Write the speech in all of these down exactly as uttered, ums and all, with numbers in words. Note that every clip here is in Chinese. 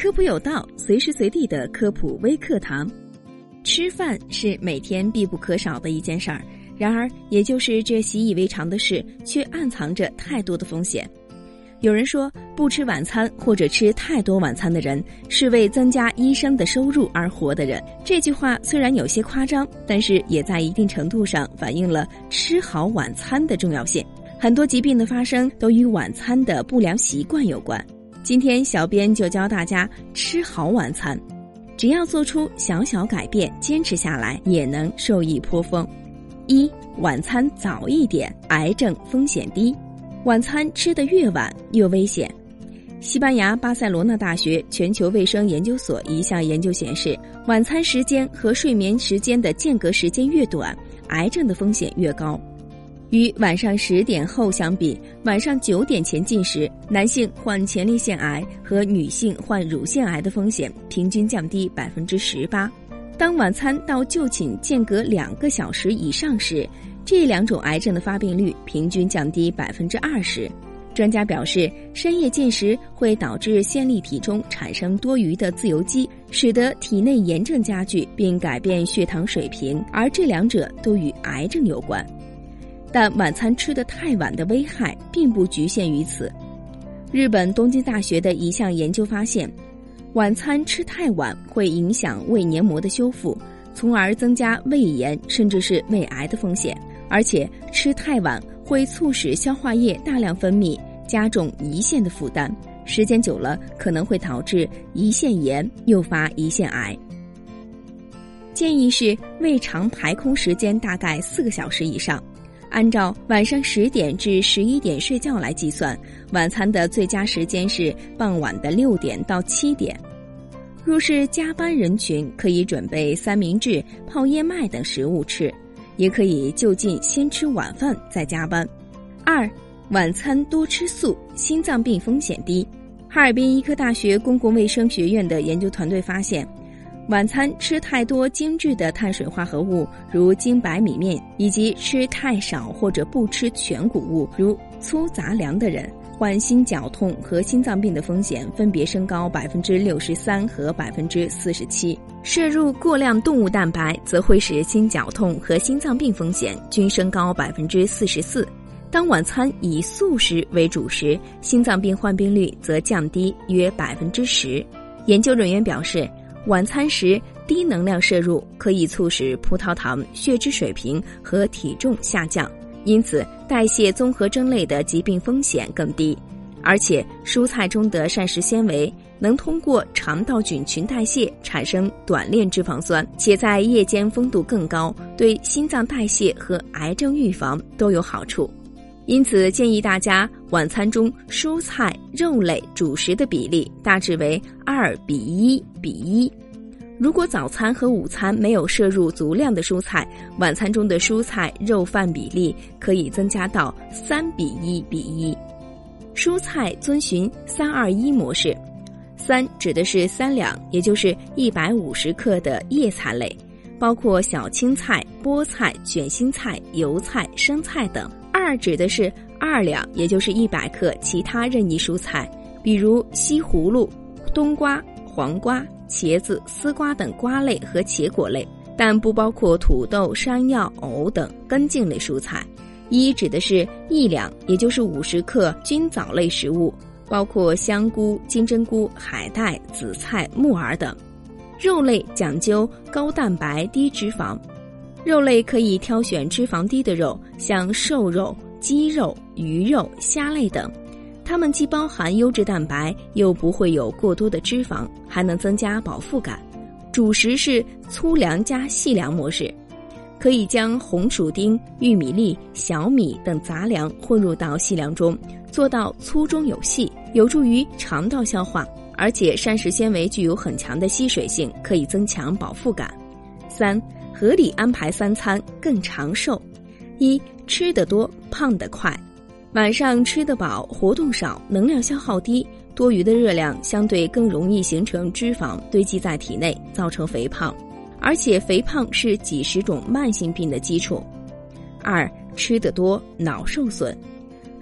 科普有道，随时随地的科普微课堂。吃饭是每天必不可少的一件事儿，然而也就是这习以为常的事，却暗藏着太多的风险。有人说，不吃晚餐或者吃太多晚餐的人是为增加医生的收入而活的人。这句话虽然有些夸张，但是也在一定程度上反映了吃好晚餐的重要性。很多疾病的发生都与晚餐的不良习惯有关。今天小编就教大家吃好晚餐，只要做出小小改变，坚持下来也能受益颇丰。一、晚餐早一点，癌症风险低。晚餐吃得越晚越危险。西班牙巴塞罗那大学全球卫生研究所一项研究显示，晚餐时间和睡眠时间的间隔时间越短，癌症的风险越高。与晚上十点后相比，晚上九点前进食，男性患前列腺癌和女性患乳腺癌的风险平均降低 百分之十八。 当晚餐到就寝间隔两个小时以上时，这两种癌症的发病率平均降低 百分之二十。 专家表示，深夜进食会导致线粒体中产生多余的自由基，使得体内炎症加剧并改变血糖水平，而这两者都与癌症有关。但晚餐吃得太晚的危害并不局限于此。日本东京大学的一项研究发现，晚餐吃太晚会影响胃黏膜的修复，从而增加胃炎甚至是胃癌的风险。而且吃太晚会促使消化液大量分泌，加重胰腺的负担，时间久了可能会导致胰腺炎，诱发胰腺癌。建议是胃肠排空时间大概四个小时以上。按照晚上十点至十一点睡觉来计算，晚餐的最佳时间是傍晚的六点到七点。若是加班人群，可以准备三明治、泡燕麦等食物吃，也可以就近先吃晚饭再加班。二、晚餐多吃素，心脏病风险低。哈尔滨医科大学公共卫生学院的研究团队发现，晚餐吃太多精致的碳水化合物，如精白米面，以及吃太少或者不吃全谷物，如粗杂粮的人，患心绞痛和心脏病的风险分别升高 百分之六十三 和 百分之四十七。 摄入过量动物蛋白则会使心绞痛和心脏病风险均升高 百分之四十四。 当晚餐以素食为主时，心脏病患病率则降低约 百分之十。 研究人员表示，晚餐时低能量摄入可以促使葡萄糖、血脂水平和体重下降，因此代谢综合征类的疾病风险更低。而且蔬菜中的膳食纤维能通过肠道菌群代谢产生短链脂肪酸，且在夜间丰度更高，对心脏代谢和癌症预防都有好处。因此建议大家晚餐中蔬菜、肉类、主食的比例大致为二比一比一。如果早餐和午餐没有摄入足量的蔬菜，晚餐中的蔬菜肉饭比例可以增加到三比一比一。蔬菜遵循三二一模式，三指的是三两，也就是一百五十克的叶菜类，包括小青菜、菠菜、卷心菜、油菜、生菜等。二指的是二两，也就是一百克其他任意蔬菜，比如西葫芦、冬瓜、黄瓜、茄子、丝瓜等瓜类和茄果类，但不包括土豆、山药、藕等根茎类蔬菜。一指的是一两，也就是五十克菌藻类食物，包括香菇、金针菇、海带、紫菜、木耳等。肉类讲究高蛋白低脂肪，肉类可以挑选脂肪低的肉，像瘦肉、鸡肉、鱼肉、虾类等，它们既包含优质蛋白，又不会有过多的脂肪，还能增加饱腹感。主食是粗粮加细粮模式，可以将红薯丁、玉米粒、小米等杂粮混入到细粮中，做到粗中有细，有助于肠道消化，而且膳食纤维具有很强的吸水性，可以增强饱腹感。三、合理安排三餐更长寿。一、吃得多，胖得快。晚上吃得饱，活动少，能量消耗低，多余的热量相对更容易形成脂肪堆积在体内，造成肥胖。而且肥胖是几十种慢性病的基础。二、吃得多，脑受损。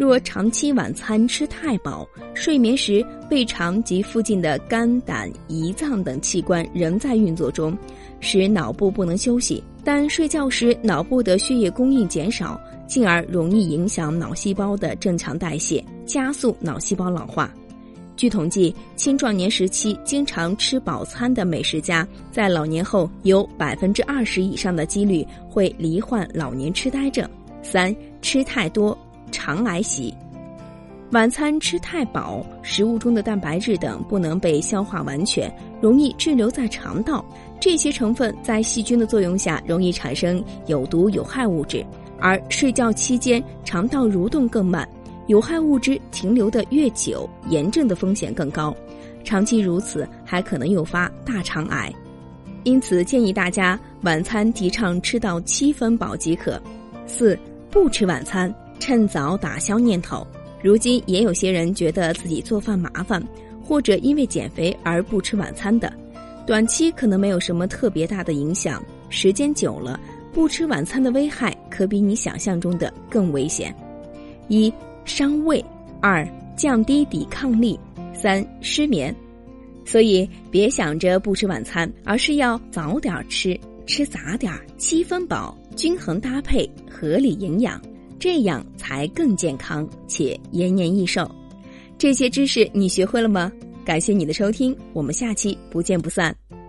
若长期晚餐吃太饱，睡眠时胃肠及附近的肝胆胰脏等器官仍在运作中，使脑部不能休息，但睡觉时脑部的血液供应减少，进而容易影响脑细胞的正常代谢，加速脑细胞老化。据统计，青壮年时期经常吃饱餐的美食家，在老年后有 百分之二十 以上的几率会罹患老年痴呆症。三、吃太多，肠癌袭。晚餐吃太饱，食物中的蛋白质等不能被消化完全，容易滞留在肠道，这些成分在细菌的作用下容易产生有毒有害物质，而睡觉期间肠道蠕动更慢，有害物质停留的越久，炎症的风险更高，长期如此还可能诱发大肠癌。因此建议大家晚餐提倡吃到七分饱即可。四、不吃晚餐，趁早打消念头。如今也有些人觉得自己做饭麻烦，或者因为减肥而不吃晚餐的，短期可能没有什么特别大的影响，时间久了，不吃晚餐的危害可比你想象中的更危险。一、伤胃；二、降低抵抗力；三、失眠。所以别想着不吃晚餐，而是要早点吃，吃杂点，七分饱，均衡搭配，合理营养，这样才更健康且延年益寿。这些知识你学会了吗？感谢你的收听，我们下期不见不散。